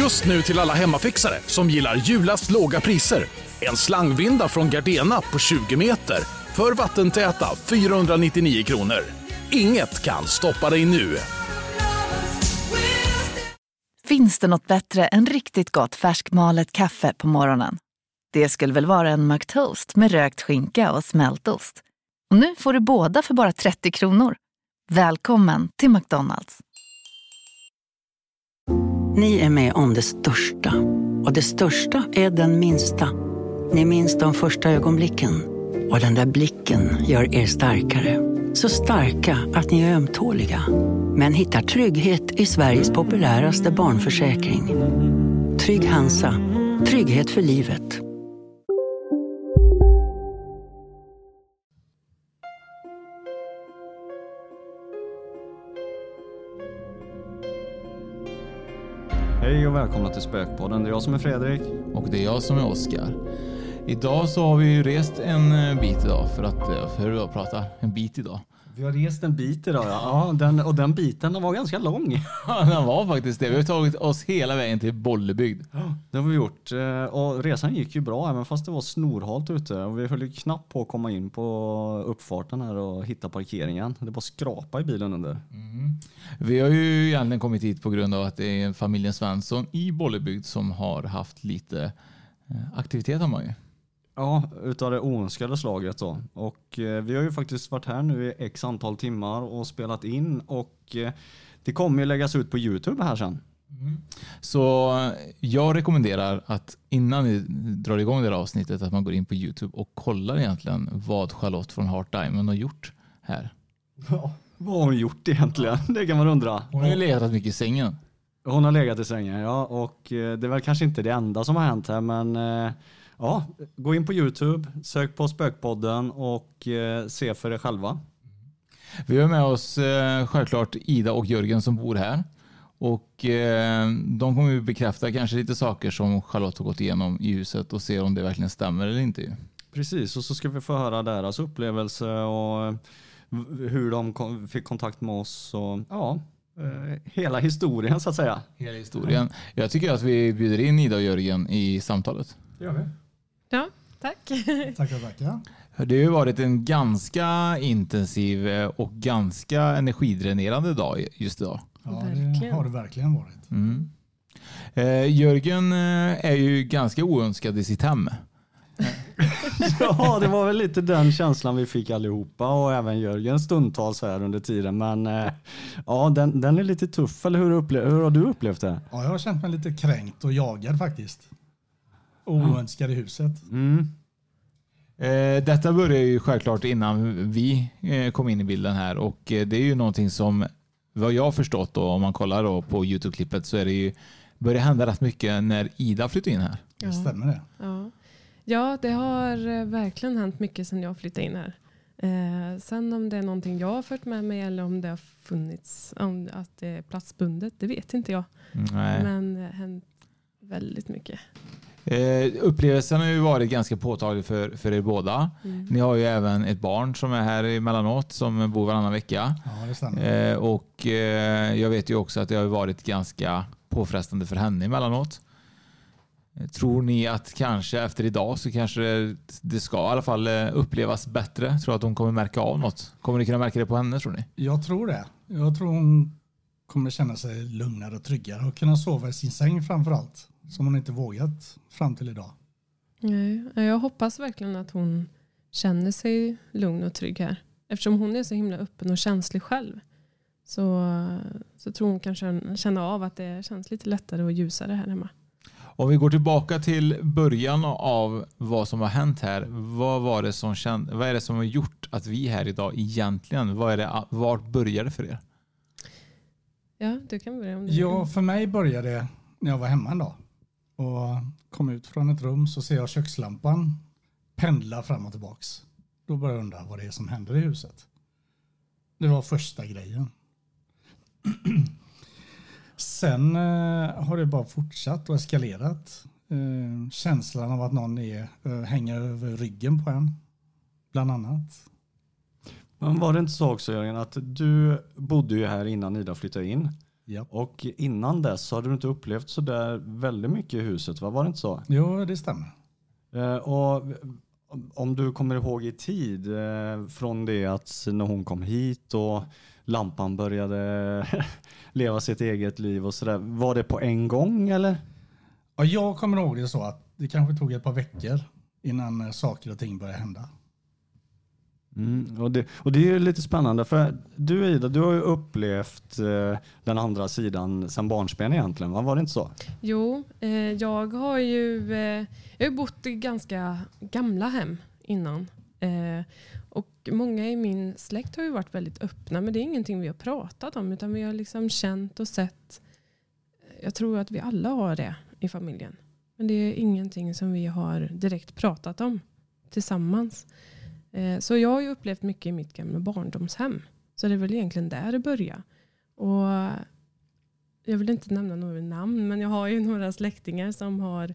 Just nu till alla hemmafixare som gillar Julas låga priser. En slangvinda från Gardena på 20 meter för vattentäta 499 kronor. Inget kan stoppa dig nu. Finns det något bättre än riktigt gott färskmalet kaffe på morgonen? Det skulle väl vara en McToast med rökt skinka och smältost. Och nu får du båda för bara 30 kronor. Välkommen till McDonald's. Ni är med om det största. Och det största är den minsta. Ni minns de första ögonblicken. Och den där blicken gör er starkare. Så starka att ni är ömtåliga. Men hittar trygghet i Sveriges populäraste barnförsäkring. Trygg Hansa. Trygghet för livet. Hej och välkomna till Spökpodden. Det är jag som är Fredrik. Och det är jag som är Oskar. Idag så har vi ju rest en bit idag för att hur jag pratar. En bit idag. Vi har rest en bit idag, ja. Den biten var ganska lång. Ja, den var faktiskt det. Vi har tagit oss hela vägen till Bollebygd. Ja, det har vi gjort. Och resan gick ju bra, även fast det var snorhalt ute. Och vi höll ju knappt på att komma in på uppfarten här och hitta parkeringen. Det var skrapa i bilen under. Mm. Vi har ju egentligen kommit hit på grund av att det är familjen Svensson i Bollebygd som har haft lite aktivitet av mig. Ja, utav det oönskade slaget då. Och vi har ju faktiskt varit här nu i x antal timmar och spelat in. Och det kommer ju läggas ut på YouTube här sen. Mm. Så jag rekommenderar att innan ni drar igång det här avsnittet att man går in på YouTube och kollar egentligen vad Charlotte från Heart Diamond har gjort här. Ja, vad har hon gjort egentligen? Det kan man undra. Hon har ju legat mycket i sängen. Hon har legat i sängen, ja. Och det är väl kanske inte det enda som har hänt här, men... Ja, gå in på YouTube, sök på Spökpodden och se för er själva. Vi har med oss självklart Ida och Jörgen som bor här. Och de kommer ju bekräfta kanske lite saker som Charlotte har gått igenom i huset och se om det verkligen stämmer eller inte. Precis, och så ska vi få höra deras upplevelse och hur de fick kontakt med oss. Och, ja, hela historien så att säga. Hela historien. Jag tycker att vi bjuder in Ida och Jörgen i samtalet. Det gör vi. Ja, tack. Tackar. Det har ju varit en ganska intensiv och ganska energidränerande dag just idag. Ja, det har det verkligen varit. Mm. Jörgen är ju ganska oönskad i sitt hem. Ja, det var väl lite den känslan vi fick allihopa och även Jörgen stundtals här under tiden. Men ja, den är lite tuff. Eller hur har du upplevt det? Ja, jag har känt mig lite kränkt och jagad faktiskt. Oönskad i huset. Mm. Detta börjar ju självklart innan vi kom in i bilden här och det är ju någonting som vad jag har förstått då, om man kollar då på YouTube-klippet så är det ju börjar hända rätt mycket när Ida flyttade in här. Ja. Stämmer det? Ja, det har verkligen hänt mycket sedan jag flyttade in här. Sen om det är någonting jag har fört med mig eller om det har funnits om att det är platsbundet, det vet inte jag. Nej. Men det har hänt väldigt mycket. Upplevelsen har ju varit ganska påtaglig för er båda. Mm. Ni har ju även ett barn som är här emellanåt som bor varannan vecka. Ja, det stämmer. Och jag vet ju också att det har varit ganska påfrestande för henne emellanåt. Tror ni att kanske efter idag så kanske det ska i alla fall upplevas bättre? Tror att hon kommer märka av något? Kommer ni kunna märka det på henne, tror ni? Jag tror det. Jag tror hon kommer känna sig lugnare och tryggare och kunna sova i sin säng framförallt. Som hon inte vågat fram till idag. Nej, jag hoppas verkligen att hon känner sig lugn och trygg här. Eftersom hon är så himla öppen och känslig själv. Så tror hon kanske känna av att det känns lite lättare och ljusare här hemma. Om vi går tillbaka till början av vad som har hänt här. Vad är det som har gjort att vi är här idag egentligen? Vart började det för er? Ja, du kan börja om det. Ja, för mig började det när jag var hemma en dag. Och kom ut från ett rum så ser jag kökslampan pendla fram och tillbaks. Då började jag undra vad det är som händer i huset. Det var första grejen. Sen har det bara fortsatt och eskalerat. Känslan av att någon hänger över ryggen på en. Bland annat. Men var det inte så också, Jörgen, att du bodde ju här innan Ida flyttade in? Ja. Och innan dess så hade du inte upplevt så där väldigt mycket i huset, va? Var det inte så? Jo, det stämmer. Och om du kommer ihåg i tid från det att när hon kom hit och lampan började leva sitt eget liv och sådär. Var det på en gång eller? Ja, jag kommer ihåg det så att det kanske tog ett par veckor innan saker och ting började hända. Och det är ju lite spännande för du Ida, du har ju upplevt den andra sidan sedan barnsben egentligen, va? Var det inte så? Jo, jag har ju bott i ganska gamla hem innan. Och många i min släkt har ju varit väldigt öppna, men det är ingenting vi har pratat om utan vi har liksom känt och sett. Jag tror att vi alla har det i familjen. Men det är ingenting som vi har direkt pratat om tillsammans. Så jag har ju upplevt mycket i mitt gamla barndomshem. Så det är väl egentligen där det börjar. Och jag vill inte nämna några namn, men jag har ju några släktingar som har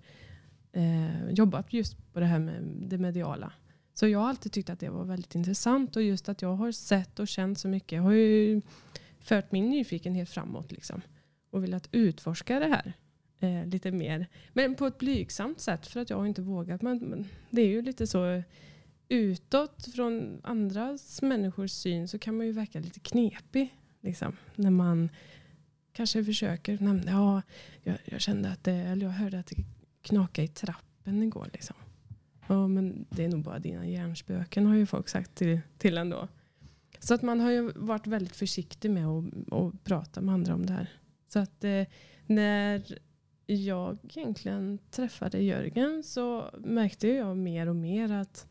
jobbat just på det här med det mediala. Så jag har alltid tyckt att det var väldigt intressant och just att jag har sett och känt så mycket. Jag har ju fört min nyfikenhet framåt liksom. Och velat utforska det här lite mer. Men på ett blygsamt sätt för att jag har inte vågat. Men det är ju lite så utåt från andras människors syn så kan man ju verka lite knepig. Liksom, när man kanske försöker nämna, ja, jag kände att jag hörde att det knakade i trappen igår liksom. Ja, men det är nog bara dina hjärnspöken har ju folk sagt till ändå. Så att man har ju varit väldigt försiktig med att prata med andra om det här. Så att när jag egentligen träffade Jörgen så märkte jag mer och mer att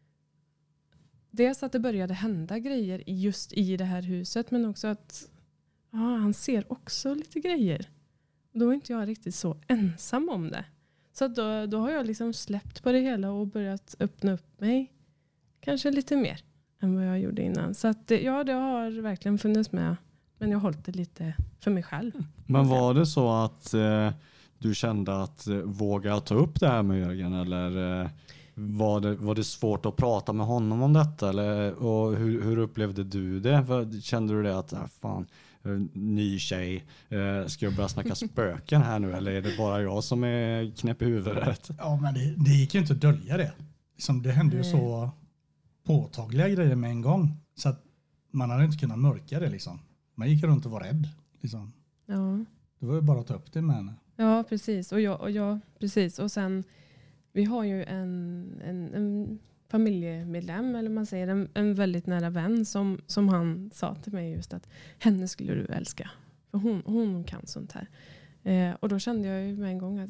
dels att det började hända grejer just i det här huset men också att han ser också lite grejer. Då är inte jag riktigt så ensam om det. Så då har jag liksom släppt på det hela och börjat öppna upp mig kanske lite mer än vad jag gjorde innan. Så att ja, det har verkligen funnits med. Men jag har hållit det lite för mig själv. Men var det så att du kände att våga ta upp det här med Jörgen eller var det svårt att prata med honom om detta? Eller, och hur upplevde du det? Kände du det att fan, ny tjej, ska jag börja snacka spöken här nu eller är det bara jag som är knäpp i huvudet? Ja, men det gick ju inte att dölja det. Liksom, det hände ju så påtagliga grejer med en gång. Så att man hade inte kunnat mörka det liksom. Man gick runt och var rädd. Liksom. Ja. Det var ju bara att ta upp det med henne. Ja, precis. Och jag precis. Och sen, vi har ju en familjemedlem, eller man säger en väldigt nära vän som han sa till mig just att henne skulle du älska. För hon kan sånt här. Och då kände jag ju med en gång att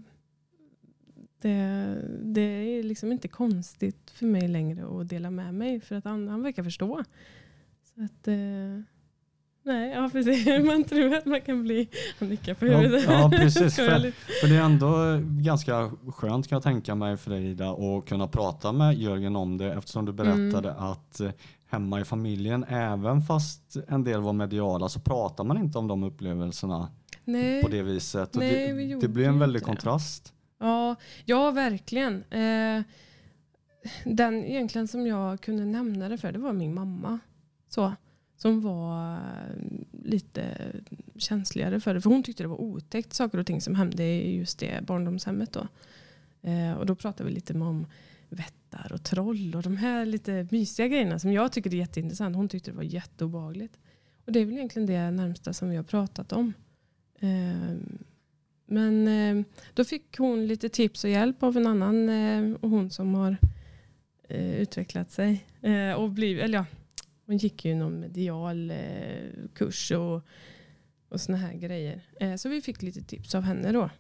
det är liksom inte konstigt för mig längre att dela med mig. För att han verkar förstå. Så att nej, ja precis. Man tror att man kan bli nickar på huvudet. Ja, precis. För det är ändå ganska skönt kan jag tänka mig för dig Ida att kunna prata med Jörgen om det eftersom du berättade att hemma i familjen, även fast en del var mediala så pratar man inte om de upplevelserna på det viset. Och Nej, det blir en väldig kontrast. Ja, verkligen. Den egentligen som jag kunde nämna det för, det var min mamma. Som var lite känsligare för det. För hon tyckte det var otäckt saker och ting som hände i just det barndomshemmet då. Och då pratade vi lite om vättar och troll och de här lite mysiga grejerna som jag tycker är jätteintressant. Hon tyckte det var jätteobehagligt. Och det är väl egentligen det närmsta som vi har pratat om. Men då fick hon lite tips och hjälp av en annan och hon som har utvecklat sig och hon gick ju någon medial kurs och såna här grejer. Så vi fick lite tips av henne då.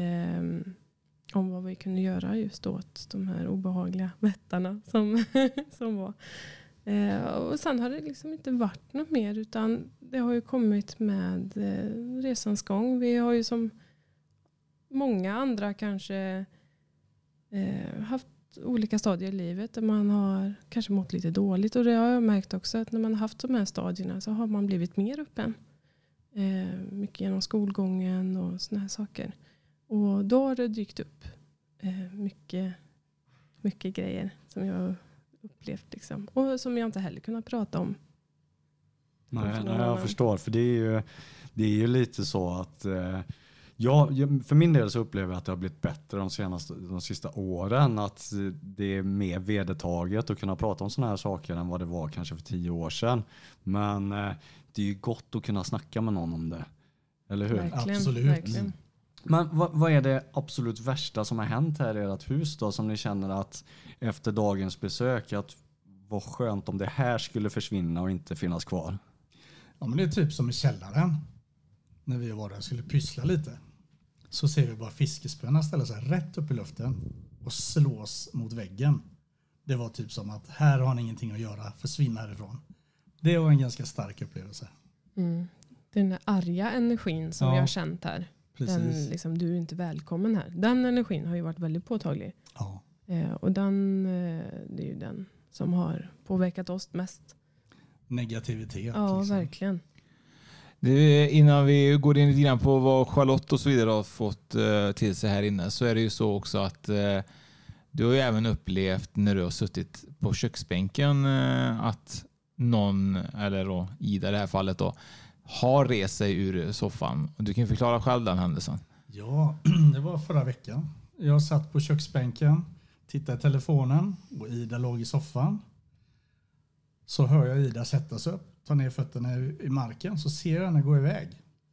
Om vad vi kunde göra just åt de här obehagliga vättarna som var. Och sen har det liksom inte varit något mer utan det har ju kommit med resans gång. Vi har ju som många andra kanske haft olika stadier i livet där man har kanske mått lite dåligt och det har jag märkt också att när man har haft de här stadierna så har man blivit mer öppen. Mycket genom skolgången och såna här saker. Och då har det dykt upp mycket grejer som jag har upplevt liksom. Och som jag inte heller kunnat prata om Nej, jag förstår. För det är ju lite så att för min del så upplever jag att det har blivit bättre de sista åren. Att det är mer vedertaget att kunna prata om såna här saker än vad det var kanske för 10 år sedan. Men det är ju gott att kunna snacka med någon om det. Eller hur? Verkligen, Absolut. verkligen. Men vad är det absolut värsta som har hänt här i ert hus då? Som ni känner att efter dagens besök att vad skönt om det här skulle försvinna och inte finnas kvar? Ja, men det är typ som i källaren. När vi var där och skulle pyssla lite. Så ser vi bara fiskespöna ställa sig rätt upp i luften och slås mot väggen. Det var typ som att här har ni ingenting att göra, försvinna härifrån. Det var en ganska stark upplevelse. Mm. Den där arga energin som vi har känt här. Precis. Den liksom, du är inte välkommen här. Den energin har ju varit väldigt påtaglig. Ja. Och det är ju den som har påverkat oss mest. Negativitet. Ja, liksom. verkligen. Innan vi går in lite grann på vad Charlotte och så vidare har fått till sig här inne, så är det ju så också att du har ju även upplevt när du har suttit på köksbänken att någon, eller då Ida i det här fallet då, har rest sig ur soffan. Du kan förklara själv den händelsen. Ja, det var förra veckan. Jag satt på köksbänken, tittade i telefonen och Ida låg i soffan. Så hör jag Ida sätta sig upp, ta ner fötterna i marken, så ser jag henne gå iväg.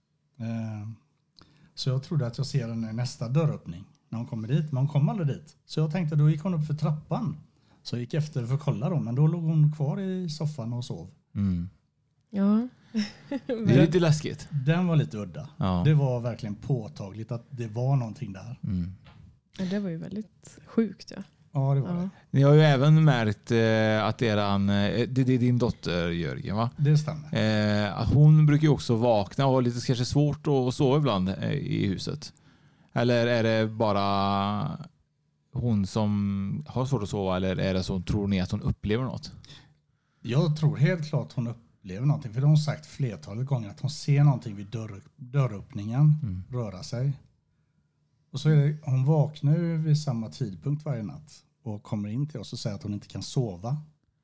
Så jag trodde att jag ser henne i nästa dörröppning när hon kommer dit, men hon kom aldrig dit. Så jag tänkte, då gick hon upp för trappan. Så jag gick efter för att kolla då, men då låg hon kvar i soffan och sov. Mm. Ja. Det är lite läskigt. Den var lite udda. Ja. Det var verkligen påtagligt att det var någonting där. Mm. Ja, det var ju väldigt sjukt. Ja. Ja, det var det. Ni har ju även märkt att det är din dotter Jörgen, va? Det stämmer. Att hon brukar ju också vakna och ha lite kanske svårt att sova ibland i huset. Eller är det bara hon som har svårt att sova, eller är det så, tror ni att hon upplever något? Jag tror helt klart hon upplever någonting. För de har sagt flertalet gånger att hon ser någonting vid dörröppningen röra sig. Och så är det, hon vaknar ju vid samma tidpunkt varje natt och kommer in till oss och säger att hon inte kan sova.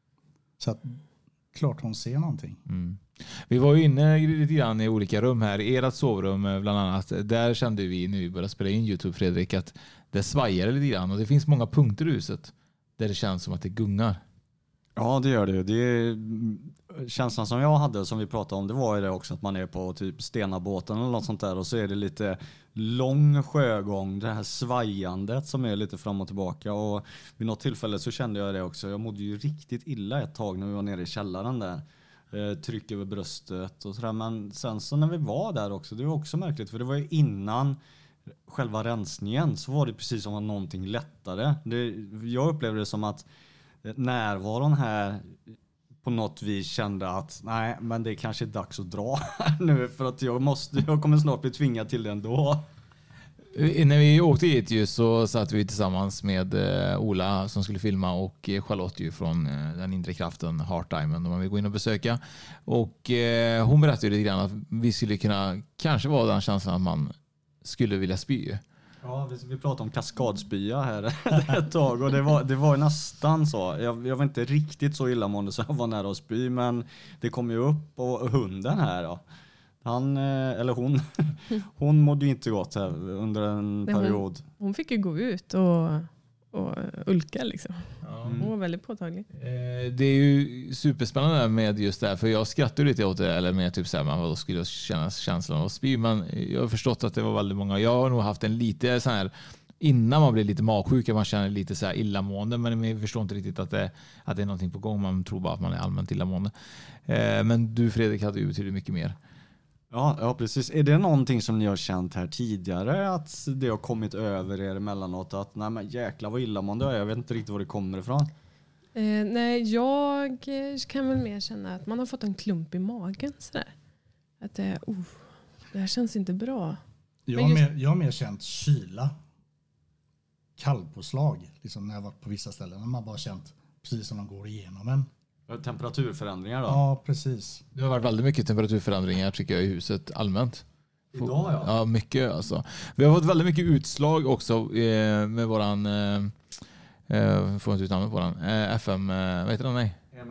Så att klart hon ser någonting. Mm. Vi var ju inne lite grann i olika rum här. I ert sovrum bland annat. Där kände vi när vi började spela in YouTube, Fredrik, att det svajar lite grann. Och det finns många punkter i huset där det känns som att det gungar. Ja, det gör det. Det är känslan som jag hade, som vi pratade om, det var ju det också att man är på typ Stenabåten eller något sånt där, och så är det lite lång sjögång, det här svajandet som är lite fram och tillbaka. Och vid något tillfälle så kände jag det också. Jag mådde ju riktigt illa ett tag när vi var nere i källaren där. Tryck över bröstet och sådär. Men sen så när vi var där också, det var också märkligt, för det var ju innan själva rensningen, så var det precis som att någonting lättare. Jag upplevde det som att närvaron här på något vis kände att nej, men det är kanske dags att dra nu, för att jag kommer snart bli tvingad till det ändå. När vi åkte hit ju så satt vi tillsammans med Ola som skulle filma och Charlotte ju från den inre kraften Heart Diamond, om man vill gå in och besöka. Och hon berättade lite grann att vi skulle kunna kanske vara den känslan att man skulle vilja spy. Ja, vi pratade om kaskadspya här ett tag, och det var nästan så. Jag var inte riktigt så illamående så jag var nära att spy, men det kom ju upp, och hunden här då. Hon mådde ju inte gott här under en period. Hon fick ju gå ut och ulka liksom. Hon var väldigt påtaglig. Det är ju superspännande med just det här, för jag skrattar lite åt det, eller med typ så här, man då skulle känna känslan av spy, men jag har förstått att det var väldigt många. Jag har nog haft en lite så här, innan man blir lite magsjuk, man känner lite så här illamående, men jag förstår inte riktigt att det är någonting på gång. Man tror bara att man är allmänt illamående. Men du, Fredrik, hade ju betydligt mycket mer. Ja, precis. Är det någonting som ni har känt här tidigare, att det har kommit över er emellanåt, att nej men jäklar vad illamående jag vet inte riktigt var det kommer ifrån? Nej, jag kan väl mer känna att man har fått en klump i magen sådär. Att det här känns inte bra. Jag har mer känt kyla. Kallpåslag, liksom när jag varit på vissa ställen. När man bara känt precis som de går igenom en. Temperaturförändringar då? Ja, precis. Det har varit väldigt mycket temperaturförändringar tycker jag i huset allmänt. Idag ja. Ja, mycket alltså. Vi har fått väldigt mycket utslag också med våran får inte ut namnet på den. FM, vad heter den? Nej.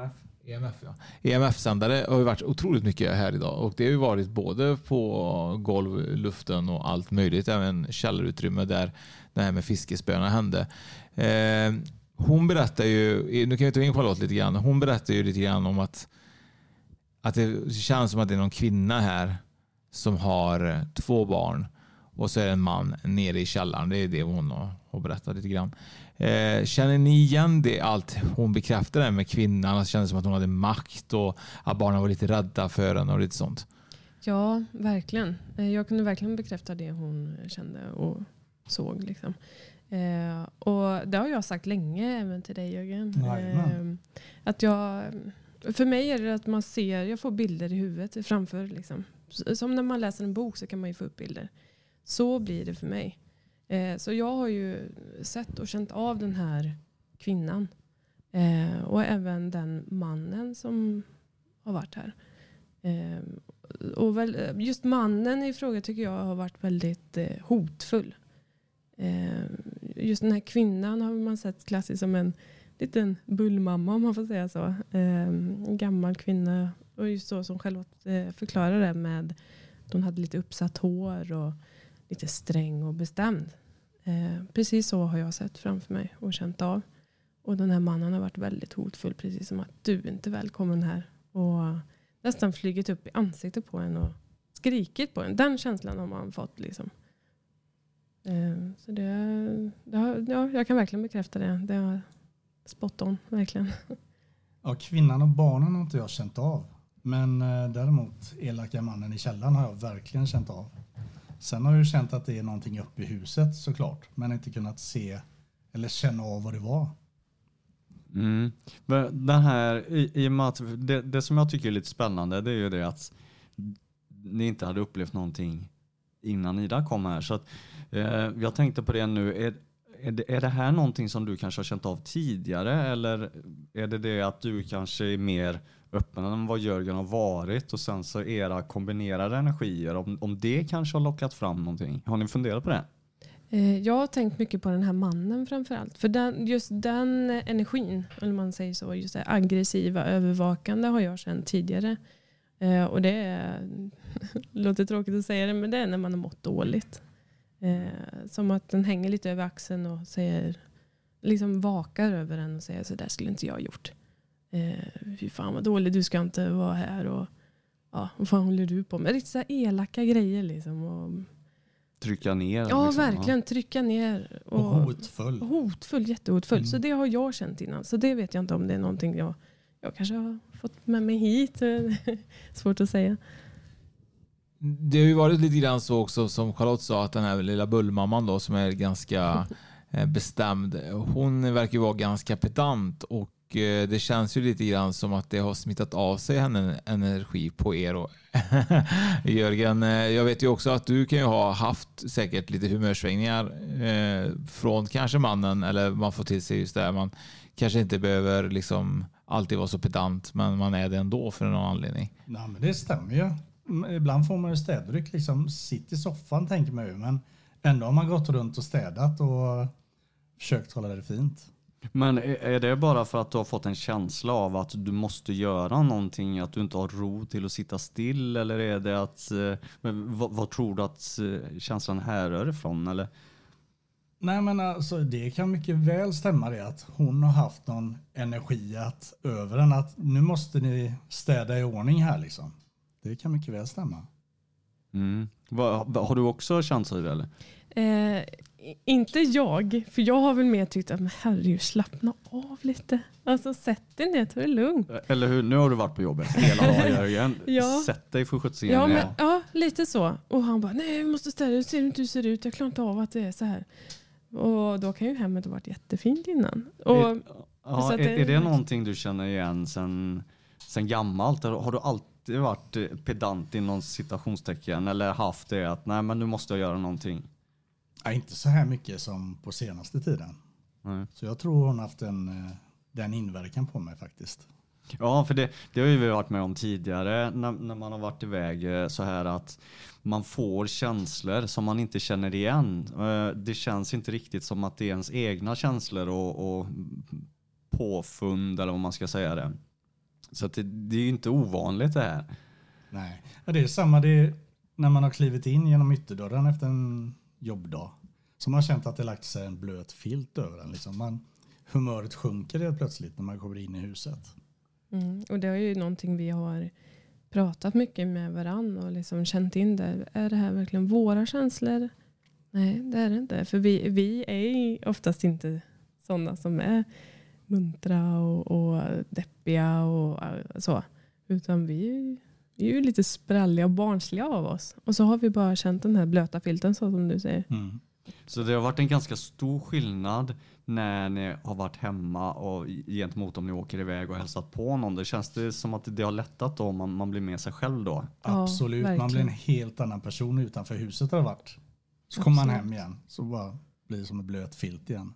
EMF, ja. EMF-sändare har ju varit otroligt mycket här idag och det har ju varit både på golv, luften och allt möjligt, även källarutrymme där det här med fiskespöna hände. Hon berättar ju, nu kan jag ta in Charlotte lite grann, hon berättar ju lite grann om att det känns som att det är någon kvinna här som har 2 barn och så är det en man nere i källaren. Det är det hon har berättat lite grann. Känner ni igen det, allt hon bekräftar det med kvinnan? Det kändes som att hon hade makt och att barnen var lite rädda för henne och lite sånt. Ja, verkligen. Jag kunde verkligen bekräfta det hon kände och såg. Liksom. Och det har jag sagt länge även till dig, Jörgen. Att för mig är det att man ser, jag får bilder i huvudet framför. Liksom. Som när man läser en bok så kan man ju få upp bilder. Så blir det för mig. Så jag har ju sett och känt av den här kvinnan. Och även den mannen som har varit här. Och just mannen i fråga tycker jag har varit väldigt hotfull. Just den här kvinnan har man sett klassiskt som en liten bullmamma, om man får säga så. En gammal kvinna. Och just så som Charlotte förklarade det med att hon hade lite uppsatt hår och lite sträng och bestämd. Precis så har jag sett framför mig och känt av. Och den här mannen har varit väldigt hotfull, precis som att du inte är välkommen här. Och nästan flygit upp i ansiktet på en och skrikit på en. Den känslan har man fått liksom. Så jag kan verkligen bekräfta det. Det är spot on, verkligen. Ja, kvinnan och barnen har inte jag känt av. Men däremot elaka mannen i källaren har jag verkligen känt av. Sen har jag ju känt att det är någonting uppe i huset såklart. Men inte kunnat se eller känna av vad det var. Mm. Den här, i och med att det som jag tycker är lite spännande, det är ju det att ni inte hade upplevt någonting innan Ida kom här. Så att, jag tänkte på det nu. Är det här någonting som du kanske har känt av tidigare? Eller är det att du kanske är mer öppen än vad Jörgen har varit? Och sen så era kombinerade energier. Om det kanske har lockat fram någonting. Har ni funderat på det? Jag har tänkt mycket på den här mannen framförallt. För just den energin, eller man säger så, just det aggressiva, övervakande har jag känt tidigare. Och det är, låter tråkigt att säga det, men det är när man har mått dåligt. Som att den hänger lite över axeln och säger, liksom vakar över en och säger så där skulle inte jag ha gjort. Fy fan vad dålig, du ska inte vara här och ja, vad fan håller du på med? Riktigt så här elaka grejer liksom. Och trycka ner? Ja, liksom, verkligen trycka ner. Och hotfull. Hotfull, jättehotfull. Så det har jag känt innan. Så det vet jag inte om det är någonting jag kanske har fått med mig hit. Svårt att säga. Det har ju varit lite grann så också som Charlotte sa, att den här lilla bullmamman då som är ganska bestämd, hon verkar ju vara ganska pedant och det känns ju lite grann som att det har smittat av sig henne energi på er. Och Jörgen, jag vet ju också att du kan ju ha haft säkert lite humörsvängningar från kanske mannen, eller man får till sig just det här, man kanske inte behöver liksom alltid vara så pedant, men man är det ändå för någon anledning. Nej, men det stämmer ju. Ibland får man ju städryck, liksom sitt i soffan tänker man ju, men ändå har man gått runt och städat och försökt hålla det fint. Men är det bara för att du har fått en känsla av att du måste göra någonting, att du inte har ro till att sitta still, eller är det att vad tror du att känslan härrör ifrån, eller? Nej, men alltså det kan mycket väl stämma det att hon har haft någon energi över den, att nu måste ni städa i ordning här liksom. Det kan mycket väl stämma. Mm. Har du också känt så eller? Inte jag, för jag har väl mer tyckt att herregud, slappna av lite. Alltså sätt dig ner, ta det lugnt. Eller hur, nu har du varit på jobbet hela dagen Jörgen. Ja. Sätt dig för 70 ja, lite så. Och han bara, nej vi måste städa, ser inte hur det ser ut, jag klarar inte av att det är så här. Och då kan ju hemmet ha varit jättefint innan. Och, ja, är det någonting du känner igen sen gammalt? Har du alltid varit pedant i någon citationstecken eller haft det att nej men nu måste jag göra någonting? Ja, inte så här mycket som på senaste tiden. Nej. Så jag tror hon haft den inverkan på mig faktiskt. Ja, för det har ju vi varit med om tidigare när man har varit iväg så här att man får känslor som man inte känner igen. Det känns inte riktigt som att det är ens egna känslor och påfund eller vad man ska säga det. Så att det är ju inte ovanligt det här. Nej, ja, det är samma det när man har klivit in genom ytterdörren efter en jobbdag. Så man har känt att det lagt sig en blöt filt över den. Liksom humöret sjunker helt plötsligt när man kommer in i huset. Och det är ju någonting vi har pratat mycket med varann och liksom känt in det. Är det här verkligen våra känslor? Nej, det är det inte. För vi är oftast inte sådana som är muntra och deppiga och så. Utan vi är ju lite spralliga och barnsliga av oss. Och så har vi bara känt den här blöta filten så som du säger. Så det har varit en ganska stor skillnad när ni har varit hemma och gentemot om ni åker iväg och hälsat på någon. Det känns det som att det har lättat då, man blir med sig själv då. Ja, absolut, verkligen. man blir en helt annan person utanför huset har det varit. Så kommer man hem igen så bara blir det som en blöt filt igen.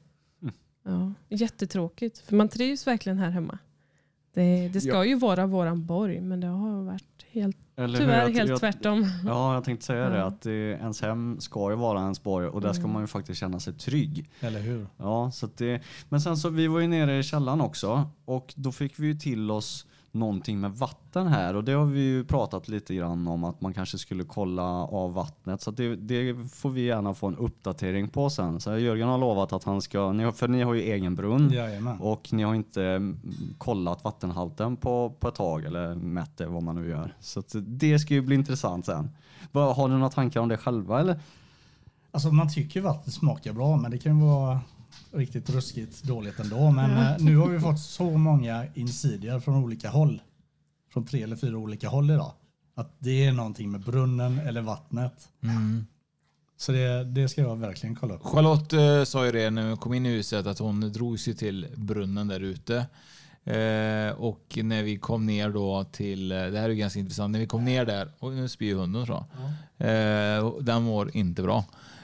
Ja, jättetråkigt. För man trivs verkligen här hemma. Det ska ju vara våran borg, men det har varit helt tvärtom. Ja, jag tänkte säga det, att ens hem ska ju vara ens borg och där ska man ju faktiskt känna sig trygg. Eller hur? Ja, så att men sen så vi var ju nere i källaren också och då fick vi ju till oss någonting med vatten här och det har vi ju pratat lite grann om att man kanske skulle kolla av vattnet så att det får vi gärna få en uppdatering på sen. Så Jörgen har lovat att han ska, för ni har ju egen brunn. Jajamän. Och ni har inte kollat vattenhalten på ett tag eller mätt det, vad man nu gör. Så att det ska ju bli intressant sen. Har ni några tankar om det själva eller? Alltså man tycker vattnet smakar bra men det kan vara riktigt ruskigt dåligt ändå. Men nu har vi fått så många insidier från olika håll. Från 3 eller 4 olika håll idag. Att det är någonting med brunnen eller vattnet. Så det ska jag verkligen kolla upp. Charlotte sa ju det när hon kom in i huset att hon drog sig till brunnen där ute. Och när vi kom ner då till, det här är ganska intressant, när vi kom ner där, och nu spyr hunden så. Den mår inte bra.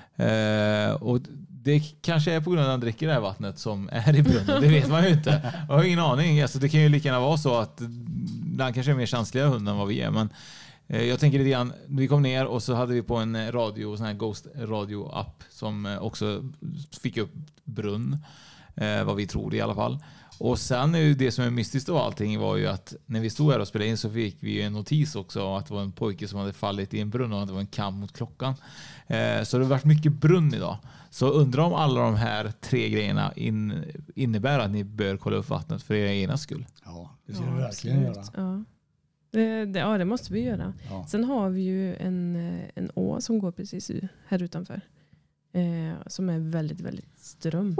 Och det kanske är på grund av att han dricker det här vattnet som är i brunnen. Det vet man ju inte. Jag har ingen aning. Alltså, det kan ju lika gärna vara så att den kanske är mer känsliga hund än vad vi är. Men jag tänker lite grann, vi kom ner och så hade vi på en radio, sån här Ghost radio-app som också fick upp brunn. Vad vi tror i alla fall. Och sen är ju det som är mystiskt av allting var ju att när vi stod här och spelade in så fick vi ju en notis också att det var en pojke som hade fallit i en brunn och att det var en kamp mot klockan. Så det har varit mycket brunn idag. Så undrar om alla de här 3 grejerna innebär att ni bör kolla upp vattnet för era egna skull. Ja, det ska vi verkligen göra. Ja. Det måste vi göra. Ja. Sen har vi ju en å som går precis här utanför. Som är väldigt, väldigt ström.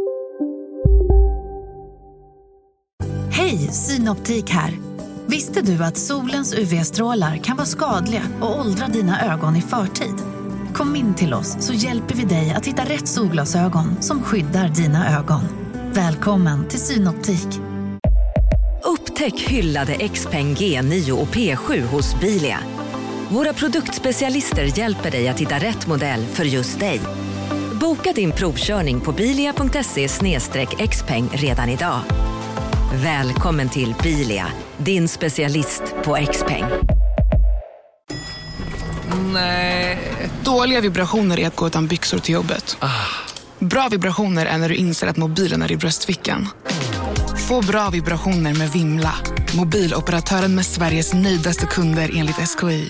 Hej, Synoptik här. Visste du att solens UV-strålar kan vara skadliga och åldra dina ögon i förtid? Kom in till oss så hjälper vi dig att hitta rätt solglasögon som skyddar dina ögon. Välkommen till Synoptik. Upptäck hyllade XPeng G9 och P7 hos Bilia. Våra produktspecialister hjälper dig att hitta rätt modell för just dig. Boka din provkörning på bilia.se/xpeng redan idag. Välkommen till Bilia, din specialist på XPeng. Nej. Dåliga vibrationer är att gå utan byxor till jobbet. Bra vibrationer är när du inser att mobilen är i bröstfickan. Få bra vibrationer med Vimla. Mobiloperatören med Sveriges nöjdaste kunder enligt SKI.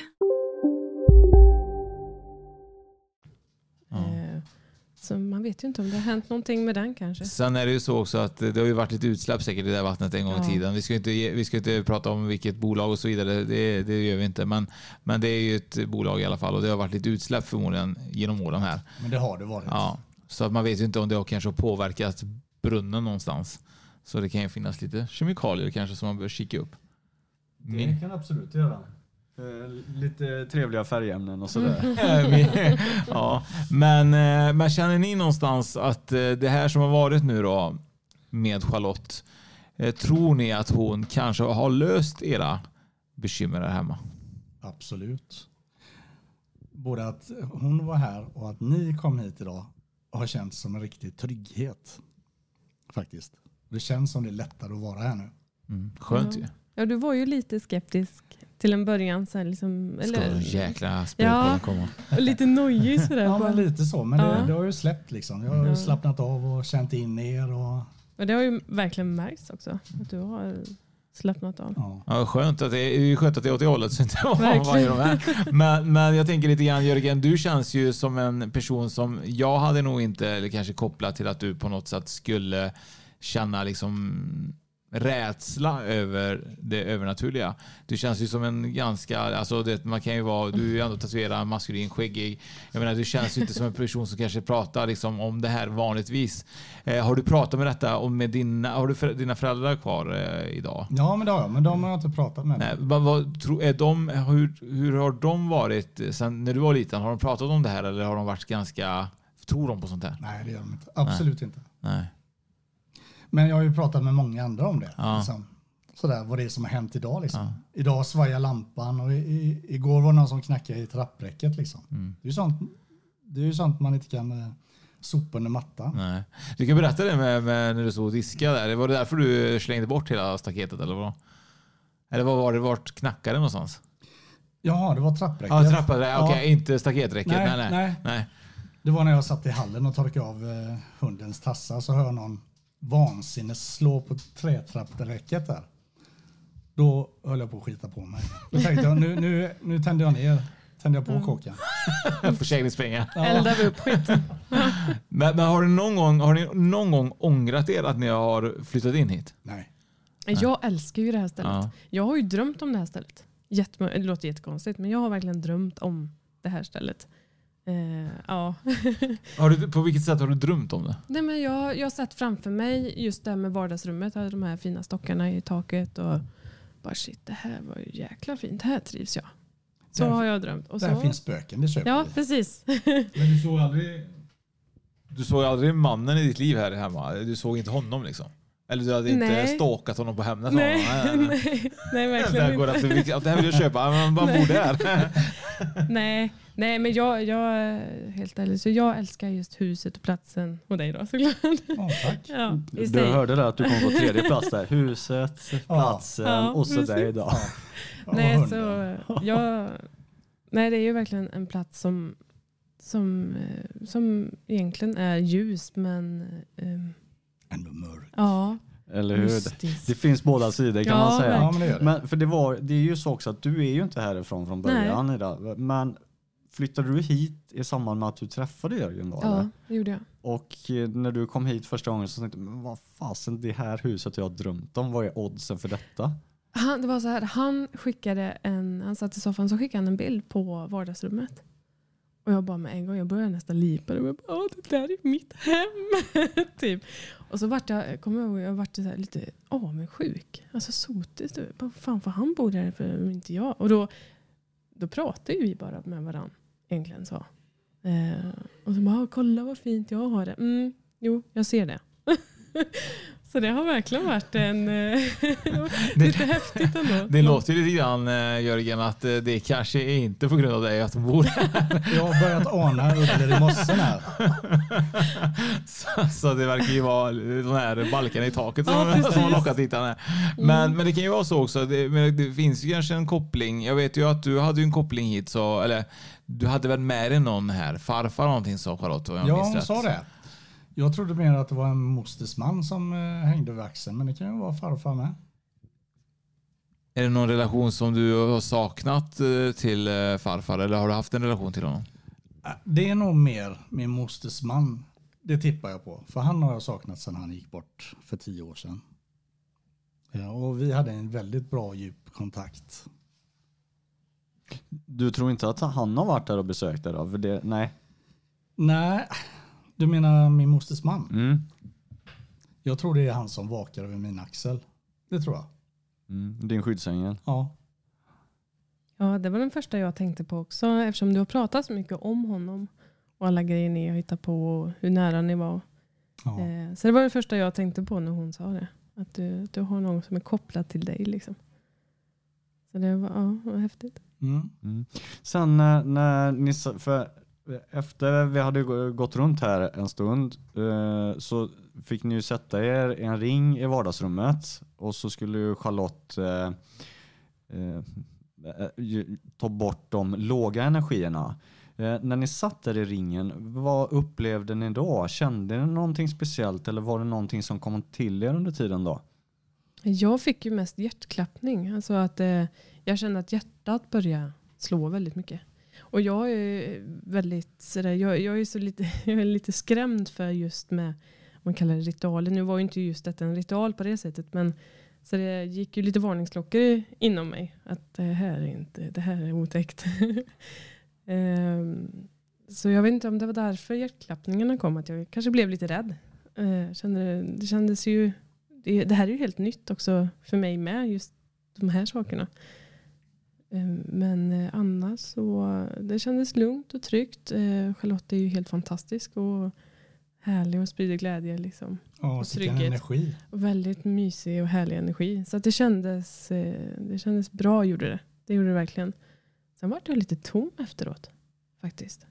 Så man vet ju inte om det har hänt någonting med den kanske. Sen är det ju så också att det har ju varit lite utsläpp säkert i det där vattnet en gång i tiden. Vi ska inte prata om vilket bolag och så vidare. Det gör vi inte. Men det är ju ett bolag i alla fall och det har varit lite utsläpp förmodligen genom åren här. Men det har det varit. Ja, så att man vet ju inte om det har kanske påverkat brunnen någonstans. Så det kan ju finnas lite kemikalier kanske som man bör kika upp. Det kan absolut göra. Lite trevliga färgämnen och sådär. Ja, men känner ni någonstans att det här som har varit nu då med Charlotte, tror ni att hon kanske har löst era bekymmer där hemma? Absolut. Både att hon var här och att ni kom hit idag har känts som en riktig trygghet. Faktiskt. Det känns som det är lättare att vara här nu. Skönt ju. Ja, du var ju lite skeptisk till en början. Så här, liksom, eller, jäkla spelbollen komma. Och lite nojig sådär. Ja, men lite så. Men det har ju släppt liksom. Jag har ju slappnat av och känt in er. Och det har ju verkligen märkts också. Att du har slappnat av. Ja, skönt att det är skönt att det är åt det hållet så inte varje de här. Men jag tänker lite grann, Jörgen, du känns ju som en person som jag hade nog inte, eller kanske kopplat till att du på något sätt skulle känna liksom rädsla över det övernaturliga. Du känns ju som en ganska, alltså det, man kan ju vara, du är ju ändå tatuerad, maskulin, skäggig. Jag menar, du känns ju inte som en person som kanske pratar liksom om det här vanligtvis. Har du pratat med detta och med har du dina föräldrar kvar idag? Ja, men det har jag, men de har jag inte pratat med. Nej, hur har de varit sen när du var liten? Har de pratat om det här eller har de varit ganska, tror de på sånt här? Nej, det gör de inte. Absolut inte. Nej. Men jag har ju pratat med många andra om det. Ja. Liksom. Sådär, vad det är som har hänt idag. Liksom. Ja. Idag svajar lampan och igår var det någon som knackade i trappräcket. Liksom. Det är ju sånt man inte kan sopa under mattan. Nej. Du kan berätta det med när du stod och diskade där. Var det därför du slängde bort hela staketet eller vad? Eller vad var det? Vart knackade det någonstans? Ja, det var trappräcket. Ja, trappräcket. Okej, inte staketräcket. Nej. Det var när jag satt i hallen och torkade av hundens tassar så hör någon vansinnes slå på trätrappräcket där. Då höll jag på att skita på mig. Då tänkte jag, nu tänder jag på kåken. Försäkringspengar. Ja. Eldar vi upp skiten. Men har ni någon gång ångrat er att ni har flyttat in hit? Nej. Jag älskar ju det här stället. Ja. Jag har ju drömt om det här stället. Det låter jättekonstigt, men jag har verkligen drömt om det här stället. Ja. På vilket sätt har du drömt om det? Nej, men jag har sett framför mig just det med vardagsrummet, de här fina stockarna i taket och bara shit, det här var ju jäkla fint, här trivs jag. Så har jag drömt. Och där så finns spöken, det köper ja, vi. precis. Men du såg aldrig mannen i ditt liv här hemma? Du såg inte honom liksom? Eller du hade inte stalkat honom på Hemnet? Nej, verkligen inte. Det här vill jag köpa, man bara bor där. Nej, men jag helt ärligt, så jag älskar just huset och platsen och dig då såklart. Tack. Ja, du hörde det att du kom på tredje plats där. Huset, platsen och så dig idag. Nej, det är ju verkligen en plats som egentligen är ljus, men ändå mörk. Ja. Eller hur? Det finns båda sidor kan man säga. Ja, men det gör det. Men för det är ju så också att du är ju inte härifrån från början idag. Men flyttade du hit i samband med att du träffade Jörgen då? Ja, det gjorde jag. Och när du kom hit första gången så tänkte jag, men vad fasen, det här huset jag har drömt om, vad är oddsen för detta? Det var så här, han satt i soffan så skickade han en bild på vardagsrummet. Och jag bara med en gång, jag började nästan lipa. Och jag bara, det där är mitt hem. typ. Och så vart jag vart så här lite avundsjuk. Alltså sotigt. Vad fan får han bo där för inte jag? Och då pratade vi bara med varandra egentligen så. Och så bara, kolla vad fint jag har det. Jo, jag ser det. Så det har verkligen varit lite häftigt ändå. Det låter ju lite grann, Jörgen, att det kanske är inte på grund av dig att du bor här. Jag har börjat ana ugglor i mossen här. Så det verkar ju vara de här balkarna i taket som har lockat tittarna. Men det kan ju vara så också. Det finns ju kanske en koppling. Jag vet ju att du hade ju en koppling hit. Eller du hade väl med dig någon här. Farfar någonting sa Charlotte. Ja, hon sa det. Jag trodde mer att det var en mosters man som hängde över axeln, men det kan ju vara farfar med. Är det någon relation som du har saknat till farfar, eller har du haft en relation till honom? Det är nog mer min mosters man. Det tippar jag på. För han har jag saknat sedan han gick bort för 10 år sedan. Ja, och vi hade en väldigt bra djup kontakt. Du tror inte att han har varit där och besökt dig då? För det, nej. Nej. Du menar min mosters man? Mm. Jag tror det är han som vakar över min axel. Det tror jag. Din skyddsängel? Ja. Ja, det var den första jag tänkte på också. Eftersom du har pratat så mycket om honom. Och alla grejer ni har hittat på. Och hur nära ni var. Ja. Så det var det första jag tänkte på när hon sa det. Att du har någon som är kopplad till dig liksom. Så det var häftigt. Sen när ni... För efter vi hade gått runt här en stund så fick ni ju sätta er en ring i vardagsrummet och så skulle ju Charlotte ta bort de låga energierna. När ni satt där i ringen, vad upplevde ni då? Kände ni någonting speciellt eller var det någonting som kom till er under tiden då? Jag fick ju mest hjärtklappning. Alltså att jag kände att hjärtat började slå väldigt mycket. Och jag är väldigt sådär, jag är så lite, jag är lite skrämd för just med, man kallar det ritualer. Nu var ju inte just detta en ritual på det sättet, men så det gick ju lite varningsklockor inom mig. Att det här är otäckt. Så jag vet inte om det var därför hjärtklappningarna kom, att jag kanske blev lite rädd. Det kändes ju, det här är ju helt nytt också för mig med, just de här sakerna. Men annars så det kändes lugnt och tryggt. Charlotte är ju helt fantastisk och härlig och sprider glädje liksom. Och trygghet. Energi. Och väldigt mysig och härlig energi. Så att det kändes bra, gjorde det. Det gjorde det verkligen. Sen var jag lite tom efteråt faktiskt.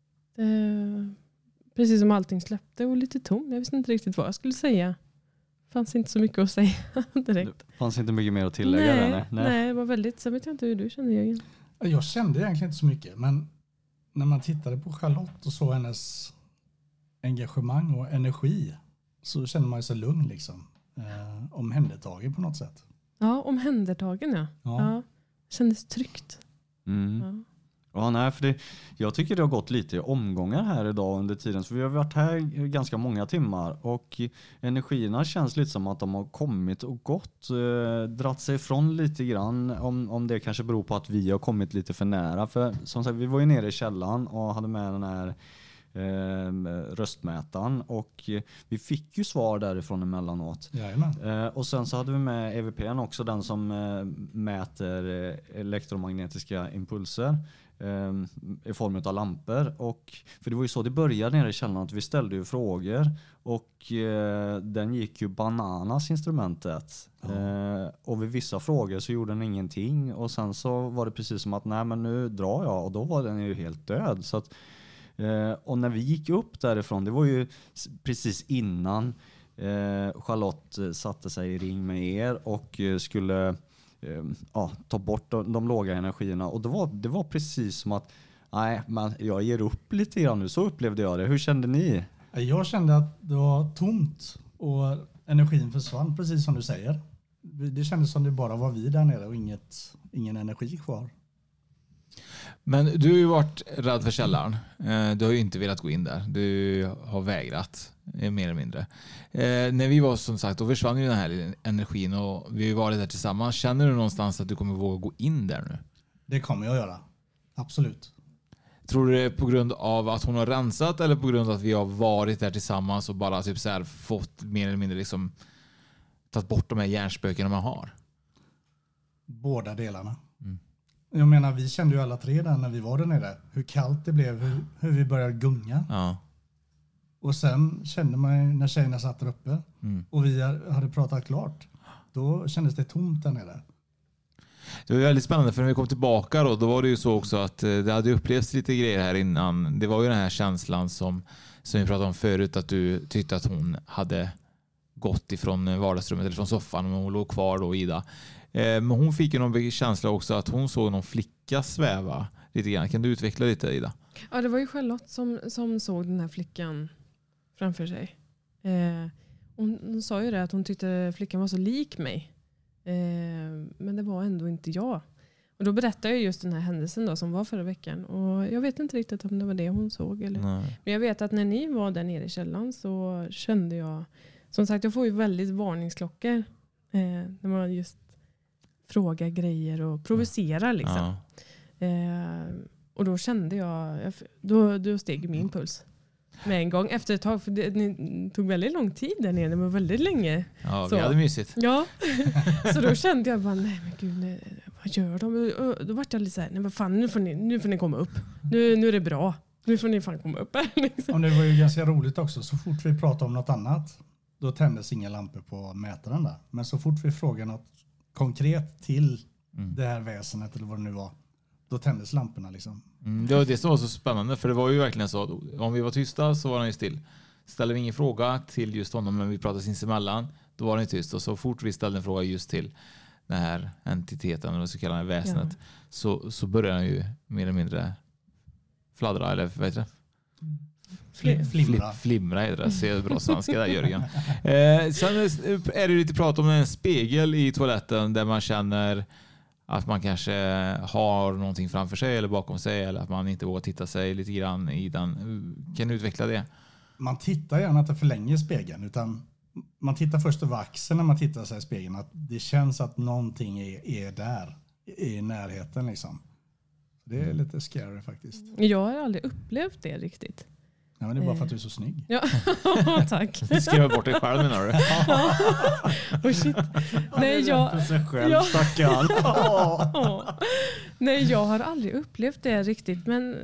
Precis som allting släppte och lite tom. Jag visste inte riktigt vad jag skulle säga. Fanns inte så mycket att säga direkt. Det fanns inte mycket mer att tillägga? Nej, det var väldigt, så vet jag inte hur du kände, Jörgen. Jag kände egentligen inte så mycket, men när man tittade på Charlotte och så hennes engagemang och energi så kände man sig lugn liksom. Omhändertagen på något sätt. Ja, omhändertagen ja. Kändes tryggt. Ja. Ja, nej, för jag tycker det har gått lite i omgångar här idag under tiden. Så vi har varit här ganska många timmar och energierna känns lite som att de har kommit och gått. Dratt sig ifrån lite grann, om det kanske beror på att vi har kommit lite för nära. För som sagt, vi var ju nere i källaren och hade med den här röstmätaren och vi fick ju svar därifrån emellanåt. Och sen så hade vi med EVP:n också, den som mäter elektromagnetiska impulser i form av lampor. Och för det var ju så det började nere i källaren, att vi ställde ju frågor och den gick ju bananas, instrumentet. Och vid vissa frågor så gjorde den ingenting och sen så var det precis som att nej, men nu drar jag, och då var den ju helt död. Så att och när vi gick upp därifrån, det var ju precis innan Charlotte satte sig i ring med er och skulle ta bort de låga energierna. Och det var precis som att nej, men jag ger upp lite grann nu. Så upplevde jag det. Hur kände ni? Jag kände att det var tomt och energin försvann, precis som du säger. Det kändes som det bara var vi där nere och ingen energi kvar. Men du har ju varit rädd för källaren. Du har ju inte velat gå in där. Du har vägrat, mer eller mindre. När vi var, som sagt, då försvann ju den här energin och vi har ju varit där tillsammans. Känner du någonstans att du kommer våga gå in där nu? Det kommer jag göra. Absolut. Tror du det är på grund av att hon har rensat eller på grund av att vi har varit där tillsammans och bara typ så här fått mer eller mindre liksom tagit bort de här hjärnspöken man har? Båda delarna. Jag menar, vi kände ju alla tre där när vi var där nere. Hur kallt det blev, hur vi började gunga. Ja. Och sen kände man när tjejerna satt där uppe och vi hade pratat klart. Då kändes det tomt där nere. Det var väldigt spännande, för när vi kom tillbaka då var det ju så också att det hade upplevts lite grejer här innan. Det var ju den här känslan som vi pratade om förut, att du tyckte att hon hade gått ifrån vardagsrummet eller från soffan, men hon låg kvar då, Ida. Men hon fick ju någon känsla också att hon såg någon flicka sväva lite grann. Kan du utveckla lite, Ida? Ja, det var ju Charlotte som såg den här flickan framför sig. Hon sa ju det, att hon tyckte flickan var så lik mig. Men det var ändå inte jag. Och då berättade jag just den här händelsen då, som var förra veckan. Och jag vet inte riktigt om det var det hon såg. Eller. Men jag vet att när ni var där nere i källaren så kände jag... Som sagt, jag får ju väldigt varningsklockor. När man just frågar grejer och provocerar liksom. Och då kände jag... Då steg min puls. Med en gång efter ett tag, för det tog väldigt lång tid där nere, det var väldigt länge. Ja, vi hade mysigt. Ja, så då kände jag bara, nej men gud, vad gör de? Och då var jag lite så här, nej vad fan, nu får ni komma upp. Nu är det bra. Nu får ni fan komma upp här. Liksom. Och det var ju ganska roligt också, så fort vi pratade om något annat, då tändes inga lampor på mätaren där. Men så fort vi frågade något konkret till det här väsenet eller vad det nu var, då tändes lamporna liksom. Det var det som var så spännande, för det var ju verkligen så att om vi var tysta så var han ju still. Ställde vi ingen fråga till just honom, men vi pratade sinsemellan, då var han ju tyst. Och så fort vi ställde en fråga just till den här entiteten eller så kallade väsenet, så började han ju mer eller mindre fladdra, eller vad heter det? Flimra heter det. Ser bra svenska där, Jörgen. Sen är det lite prat om en spegel i toaletten där man känner att man kanske har någonting framför sig eller bakom sig, eller att man inte vågar titta sig lite grann i den. Kan du utveckla det? Man tittar gärna inte för länge i spegeln, utan man tittar först över axeln när man tittar sig i spegeln, att det känns att någonting är där i närheten liksom. Det är lite scary faktiskt. Jag har aldrig upplevt det riktigt. Ja, men det är bara för att du är så snygg. Ja, tack. Skriva bort dig själv, menar du? Oh, shit. Nej, jag har aldrig upplevt det riktigt. Men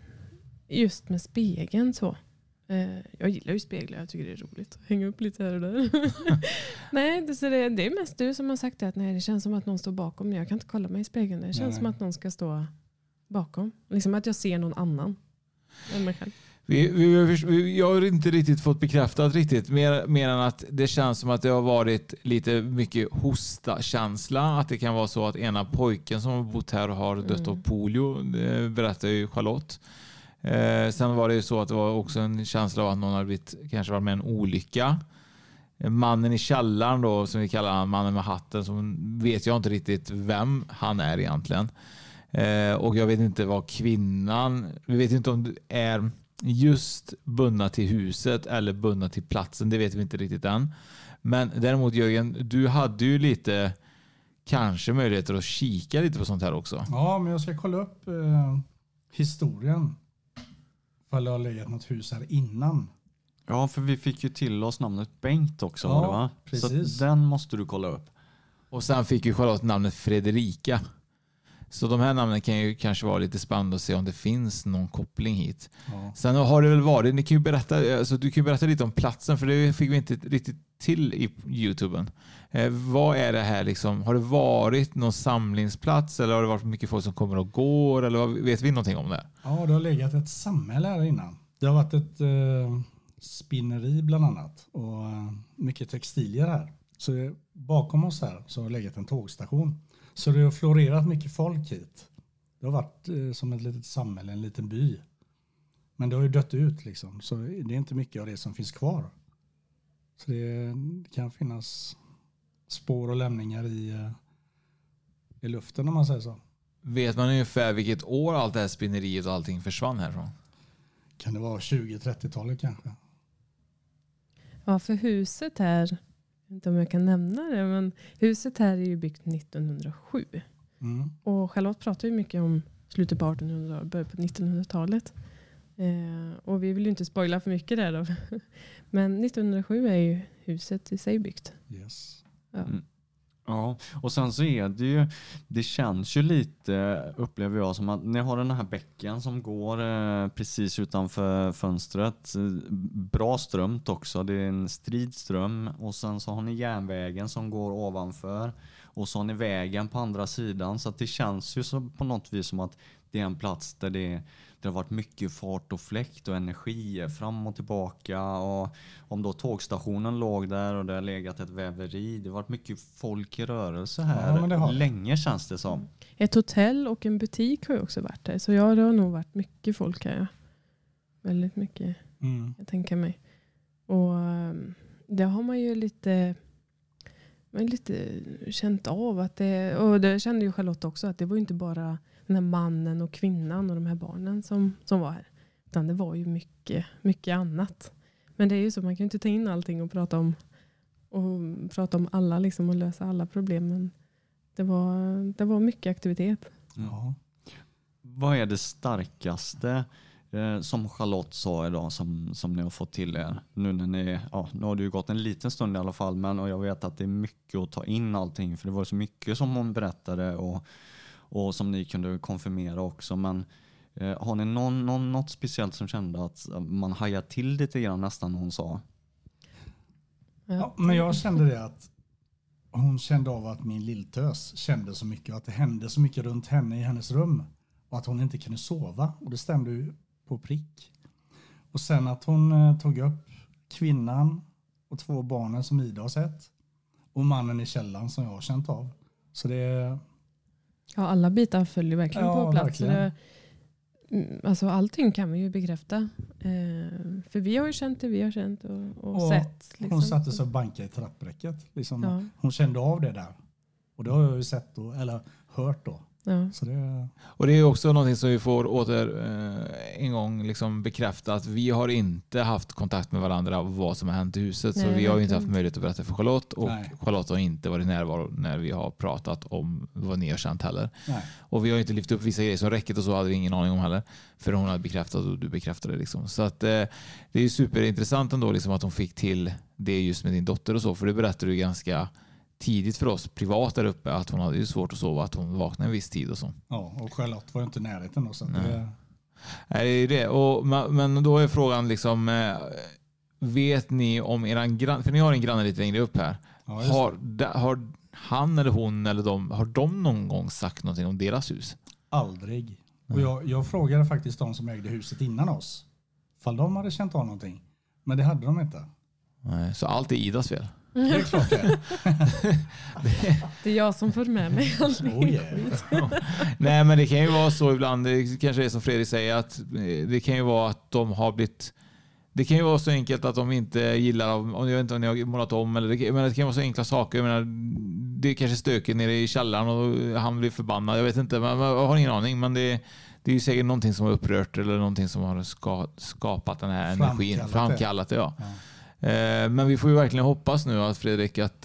just med spegeln så. Jag gillar ju speglar. Jag tycker det är roligt att hänga upp lite här och där. Nej, det är mest du som har sagt det. Att nej, det känns som att någon står bakom mig. Jag kan inte kolla mig i spegeln. Det känns som att någon ska stå bakom. Liksom att jag ser någon annan än mig själv. Jag har inte riktigt fått bekräftat riktigt. Mer än att det känns som att det har varit lite mycket hosta-känsla. Att det kan vara så att ena pojken som har bott här har dött av polio. Det berättar ju Charlotte. Sen var det ju så att det var också en känsla av att någon hade kanske varit med en olycka. Mannen i källaren då, som vi kallar han, mannen med hatten, som vet jag inte riktigt vem han är egentligen. Och jag vet inte vad kvinnan, vi vet inte om det är just bundna till huset eller bundna till platsen, det vet vi inte riktigt än. Men däremot, Jörgen, du hade ju lite kanske möjligheter att kika lite på sånt här också. Ja, men jag ska kolla upp historien. För jag har legat något hus här innan. Ja, för vi fick ju till oss namnet Bengt också. Ja, va? precis. Så den måste du kolla upp. Och sen fick ju Charlotte namnet Fredrika. Så de här namnen kan ju kanske vara lite spännande att se om det finns någon koppling hit. Ja. Sen har det väl varit, ni kan ju berätta, alltså du kan ju berätta lite om platsen, för det fick vi inte riktigt till i YouTuben. Vad är det här liksom? Har det varit någon samlingsplats eller har det varit mycket folk som kommer och går? Eller vet vi någonting om det? Ja, det har legat ett samhälle här innan. Det har varit ett spinneri bland annat och mycket textilier här. Så bakom oss här så har legat en tågstation. Så det har florerat mycket folk hit. Det har varit som ett litet samhälle, en liten by. Men det har ju dött ut liksom. Så det är inte mycket av det som finns kvar. Så det kan finnas spår och lämningar i luften om man säger så. Vet man ungefär vilket år allt det här spinneriet och allting försvann härifrån? Kan det vara 20-30-talet kanske? Ja, för huset här, jag vet inte om jag kan nämna det, men huset här är ju byggt 1907. Mm. Och Charlotte pratar ju mycket om slutet på 1800 och början på 1900-talet. Och vi vill ju inte spoila för mycket där då. Men 1907 är ju huset i sig byggt. Yes. Ja. Mm. Ja, och sen så är det ju, det känns ju lite, upplever jag, som att ni har den här bäcken som går precis utanför fönstret. Bra strömt också, det är en stridström, och sen så har ni järnvägen som går ovanför och så har ni vägen på andra sidan, så att det känns ju så på något vis som att det är en plats där det har varit mycket fart och fläkt och energi fram och tillbaka. Och om då tågstationen låg där och det har legat ett väveri. Det har varit mycket folk i rörelse här. Ja, länge känns det som. Ett hotell och en butik har ju också varit där. Så ja, det har nog varit mycket folk här. Ja. Väldigt mycket, jag tänker mig. Och det har man ju lite känt av. Att det, och det kände ju Charlotte också, att det var inte bara den här mannen och kvinnan och de här barnen som var här. Utan det var ju mycket, mycket annat. Men det är ju så, man kan ju inte ta in allting och prata om alla liksom och lösa alla problem. Men det var mycket aktivitet. Ja. Vad är det starkaste som Charlotte sa idag som ni har fått till er? Nu när ni, nu har det ju gått en liten stund i alla fall, men och jag vet att det är mycket att ta in allting, för det var så mycket som hon berättade och som ni kunde konfirmera också. Men har ni något speciellt som kände att man hajar till lite grann nästan hon sa? Ja, men jag kände det att hon kände av att min lilltös kände så mycket, att det hände så mycket runt henne i hennes rum och att hon inte kunde sova, och det stämde ju på prick. Och sen att hon tog upp kvinnan och 2 barnen som Ida har sett och mannen i källaren som jag har känt av. Så det... Ja, alla bitar följer verkligen på plats. Alltså allting kan vi ju bekräfta. För vi har ju känt det vi har känt och sett. Liksom. Hon satte sig och bankade i trappräcket. Liksom, Hon kände av det där. Och det har jag ju sett eller hört då. Ja. Så det... Och det är också någonting som vi får en gång liksom bekräfta att vi har inte haft kontakt med varandra om vad som har hänt i huset. Nej, så vi har ju inte haft möjlighet att berätta för Charlotte. Och Charlotte har inte varit närvaro när vi har pratat om vad ni har känt heller. Nej. Och vi har inte lyft upp vissa grejer som räcket och så hade vi ingen aning om heller. För hon hade bekräftat och du bekräftade liksom. Så att det är ju superintressant ändå liksom att hon fick till det just med din dotter och så. För det berättade du ganska tidigt för oss privat där uppe att hon hade ju svårt att sova, att hon vaknade en viss tid och så. Ja, och Charlotte var ju inte i närheten då. Så att Nej, det är det. Men då är frågan liksom, vet ni om eran granne, för ni har en granne lite längre upp här. Ja, har han eller hon eller har de någon gång sagt någonting om deras hus? Aldrig. Och jag frågade faktiskt de som ägde huset innan oss. Fall de hade känt av någonting. Men det hade de inte. Nej, så allt är Idas fel? Det är klart det. Det är jag som får med mig allting. Nej, men det kan ju vara så ibland, det kanske är som Fredrik säger, att det kan ju vara att de har blivit, det kan ju vara så enkelt att de inte gillar, jag vet inte om ni har målat om, men det kan vara så enkla saker. Jag menar, det är kanske stökigt nere i källaren och han blir förbannad, jag vet inte, men jag har ingen aning, men det är ju säkert någonting som har upprört eller någonting som har skapat den här energin, framkallat det. Ja. Men vi får ju verkligen hoppas nu att Fredrik att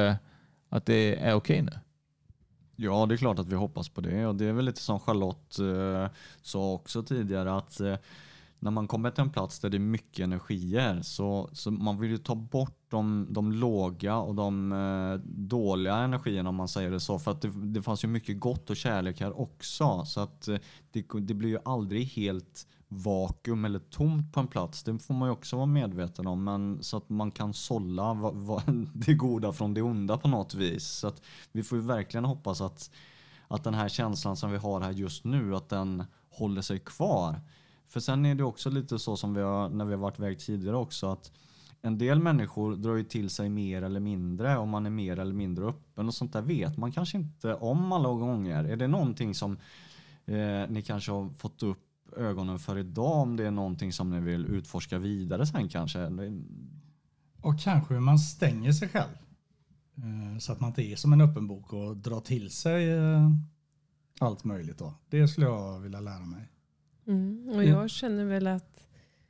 det är okej nu. Ja, det är klart att vi hoppas på det. Och det är väl lite som Charlotte sa också tidigare, att när man kommer till en plats där det är mycket energier så man vill ju ta bort de låga och de dåliga energierna, om man säger det så. För att det fanns ju mycket gott och kärlek här också. Så att det blir ju aldrig helt vakuum eller tomt på en plats. Det får man ju också vara medveten om. Men så att man kan sålla det goda från det onda på något vis. Så att vi får ju verkligen hoppas att den här känslan som vi har här just nu, att den håller sig kvar. För sen är det också lite så som när vi har varit iväg tidigare också, att en del människor drar ju till sig mer eller mindre, om man är mer eller mindre öppen och sånt där vet man kanske inte om alla gånger. Är det någonting som ni kanske har fått upp ögonen för idag, om det är någonting som ni vill utforska vidare sen kanske? Och kanske hur man stänger sig själv. Så att man inte är som en öppen bok och drar till sig allt möjligt då. Det skulle jag vilja lära mig. Och jag känner väl att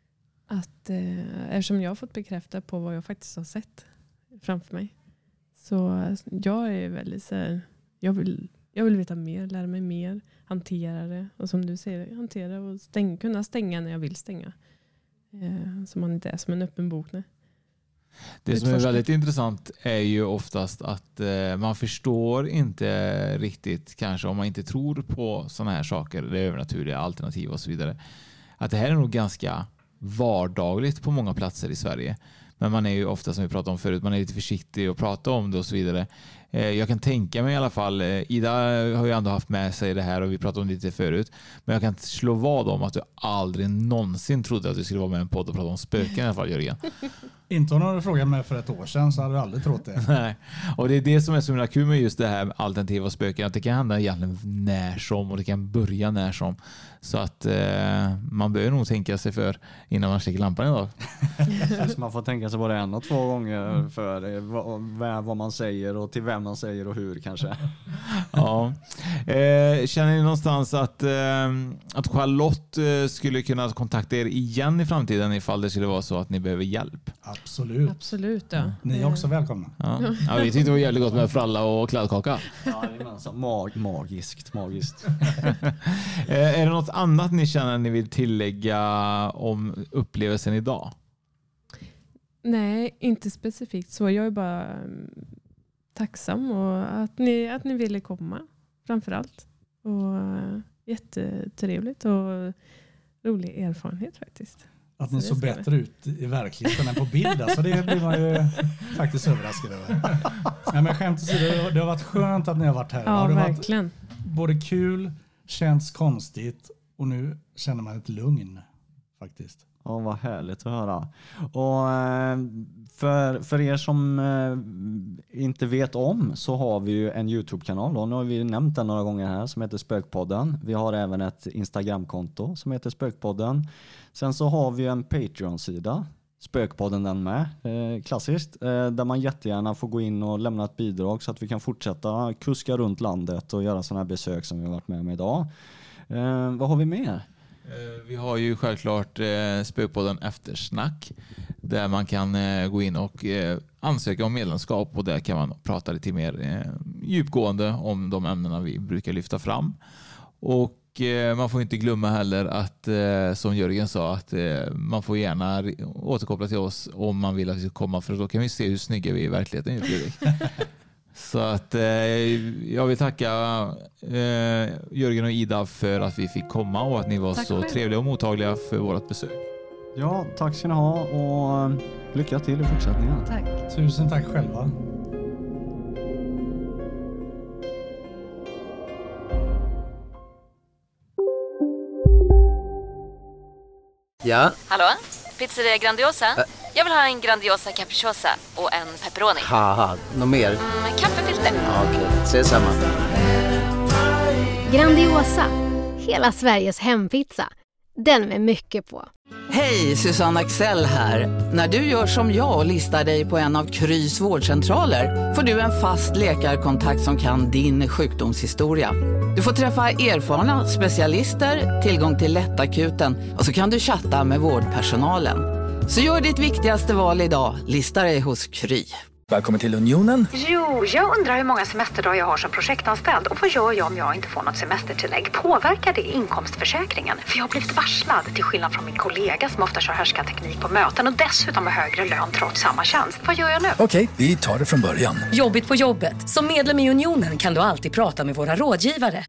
eftersom jag har fått bekräfta på vad jag faktiskt har sett framför mig, så jag är väldigt så här, jag vill veta mer, lära mig mer, hantera det, och som du säger, hantera och kunna stänga när jag vill stänga, så man inte är som en öppen bok. Det som är väldigt intressant är ju oftast att man förstår inte riktigt, kanske om man inte tror på sådana här saker, det övernaturliga, alternativ och så vidare, att det här är nog ganska vardagligt på många platser i Sverige. Men man är ju ofta, som vi pratade om förut, man är lite försiktig att prata om det och så vidare. Jag kan tänka mig i alla fall, Ida har ju ändå haft med sig det här och vi pratade om det lite förut, men jag kan slå vad om att du aldrig någonsin trodde att du skulle vara med i en podd och prata om spöken i alla fall, Jörgen. Inte om någon frågade mig för ett år sedan så hade jag aldrig trott det. Nej. Och det är det som är så himla kul med just det här alternativa spöken, att det kan hända egentligen när som, och det kan börja när som. Så att man bör nog tänka sig för innan man släcker lampan idag. Så man får tänka sig både 1 och 2 gånger för vad man säger och till vem man säger och hur kanske. Ja. Känner ni någonstans att Charlotte skulle kunna kontakta er igen i framtiden ifall det skulle vara så att ni behöver hjälp? Absolut. Absolut, ja. Ni är också välkomna. Ja, vi tyckte det var jävligt gott med fralla och kladdkaka. Ja, det är alltså magiskt. Är det något annat ni känner att ni vill tillägga om upplevelsen idag? Nej, inte specifikt så. Jag är bara tacksam och att ni ville komma framförallt. Och jättetrevligt och rolig erfarenhet faktiskt. Att ni såg bättre ut i verkligheten än på bild. Alltså det blir man ju faktiskt överraskad över. Ja, men skämt åsido, det har varit skönt att ni har varit här. Ja, det har verkligen. Varit både kul, känns konstigt och nu känner man ett lugn faktiskt. Ja, vad härligt att höra. Och för er som inte vet om så har vi ju en YouTube-kanal. Då. Nu har vi nämnt den några gånger här som heter Spökpodden. Vi har även ett Instagram-konto som heter Spökpodden. Sen så har vi en Patreon-sida. Spökpodden den med, klassiskt, där man jättegärna får gå in och lämna ett bidrag så att vi kan fortsätta kuska runt landet och göra sådana här besök som vi har varit med om idag. Vad har vi mer? Vi har ju självklart Spökpodden Eftersnack där man kan gå in och ansöka om medlemskap, och där kan man prata lite mer djupgående om de ämnena vi brukar lyfta fram. Och man får inte glömma heller att, som Jörgen sa, att man får gärna återkoppla till oss om man vill att vi ska komma, för då kan vi se hur snygga vi är i verkligheten. Så att jag vill tacka Jörgen och Ida för att vi fick komma och att ni var så trevliga och mottagliga för vårt besök. Ja, tack ska ni ha och lycka till i fortsättningen. Tack. Tusen tack själva. Ja? Hallå? Pizzeria Grandiosa? Jag vill ha en Grandiosa capriciosa och en pepperoni. Haha, något mer? Kaffefilter. Ja, okej, ses samma. Grandiosa, hela Sveriges hempizza. Den med mycket på. Hej, Susanne Axel här. När du gör som jag och listar dig på en av Krys vårdcentraler får du en fast läkarkontakt som kan din sjukdomshistoria. Du får träffa erfarna specialister, tillgång till lättakuten och så kan du chatta med vårdpersonalen. Så gör ditt viktigaste val idag, lista dig hos Kry. Välkommen till Unionen. Jo, jag undrar hur många semesterdagar jag har som projektanställd och vad gör jag om jag inte får något semestertillägg? Påverkar det inkomstförsäkringen? För jag har blivit varslad, till skillnad från min kollega som ofta kör härskarteknik på möten och dessutom har högre lön trots samma tjänst. Vad gör jag nu? Okej, vi tar det från början. Jobbigt på jobbet. Som medlem i Unionen kan du alltid prata med våra rådgivare.